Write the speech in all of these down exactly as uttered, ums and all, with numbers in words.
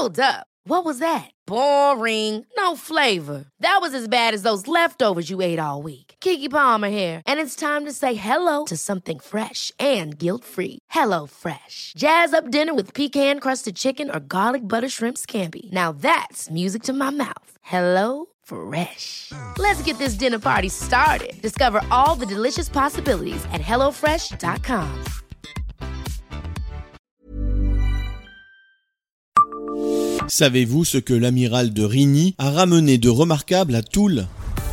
Hold up. What was that? Boring. No flavor. That was as bad as those leftovers you ate all week. Keke Palmer here, and it's time to say hello to something fresh and guilt-free. Hello Fresh. Jazz up dinner with pecan-crusted chicken or garlic butter shrimp scampi. Now that's music to my mouth. Hello Fresh. Let's get this dinner party started. Discover all the delicious possibilities at hello fresh dot com. Savez-vous ce que l'amiral de Rigny a ramené de remarquable à Toul ?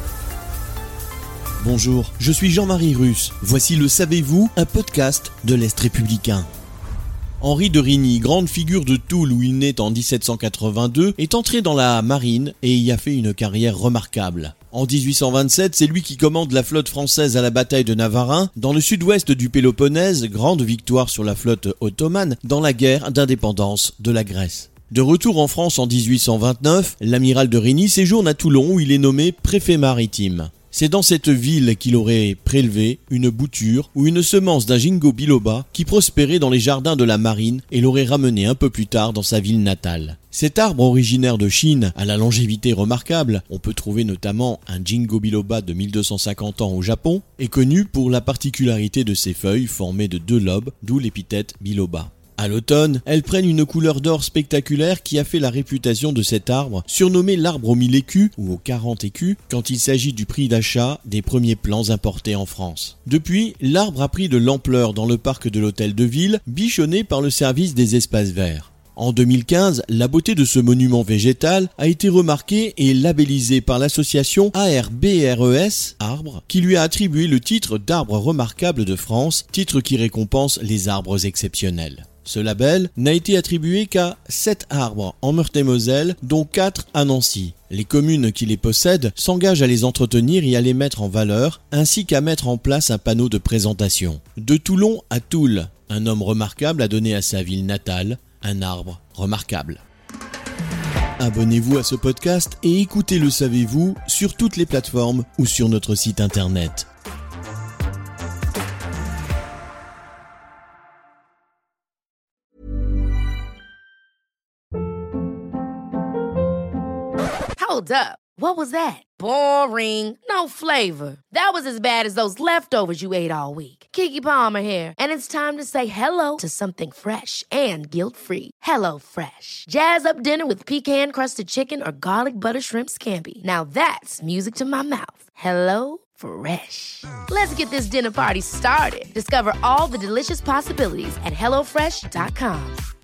Bonjour, je suis Jean-Marie Russe. Voici le Savez-vous, un podcast de l'Est républicain. Henri de Rigny, grande figure de Toul où il naît en dix-sept cent quatre-vingt-deux, est entré dans la marine et y a fait une carrière remarquable. En dix-huit cent vingt-sept, c'est lui qui commande la flotte française à la bataille de Navarin, dans le sud-ouest du Péloponnèse, grande victoire sur la flotte ottomane dans la guerre d'indépendance de la Grèce. De retour en France en dix-huit cent vingt-neuf, l'amiral de Rigny séjourne à Toulon où il est nommé préfet maritime. C'est dans cette ville qu'il aurait prélevé une bouture ou une semence d'un ginkgo biloba qui prospérait dans les jardins de la marine et l'aurait ramené un peu plus tard dans sa ville natale. Cet arbre originaire de Chine, à la longévité remarquable, on peut trouver notamment un ginkgo biloba de mille deux cent cinquante ans au Japon, est connu pour la particularité de ses feuilles formées de deux lobes, d'où l'épithète biloba. À l'automne, elles prennent une couleur d'or spectaculaire qui a fait la réputation de cet arbre, surnommé l'arbre aux mille écus ou aux quarante écus, quand il s'agit du prix d'achat des premiers plants importés en France. Depuis, l'arbre a pris de l'ampleur dans le parc de l'Hôtel de Ville, bichonné par le service des espaces verts. En deux mille quinze, la beauté de ce monument végétal a été remarquée et labellisée par l'association A R B R E S, Arbre, qui lui a attribué le titre d'arbre remarquable de France, titre qui récompense les arbres exceptionnels. Ce label n'a été attribué qu'à sept arbres en Meurthe-et-Moselle, dont quatre à Nancy. Les communes qui les possèdent s'engagent à les entretenir et à les mettre en valeur, ainsi qu'à mettre en place un panneau de présentation. De Toulon à Toul, un homme remarquable a donné à sa ville natale un arbre remarquable. Abonnez-vous à ce podcast et écoutez Le Savez-vous sur toutes les plateformes ou sur notre site internet. Hold up. What was that? Boring. No flavor. That was as bad as those leftovers you ate all week. Keke Palmer here, and it's time to say hello to something fresh and guilt-free. Hello Fresh. Jazz up dinner with pecan-crusted chicken or garlic butter shrimp scampi. Now that's music to my mouth. Hello Fresh. Let's get this dinner party started. Discover all the delicious possibilities at hello fresh dot com.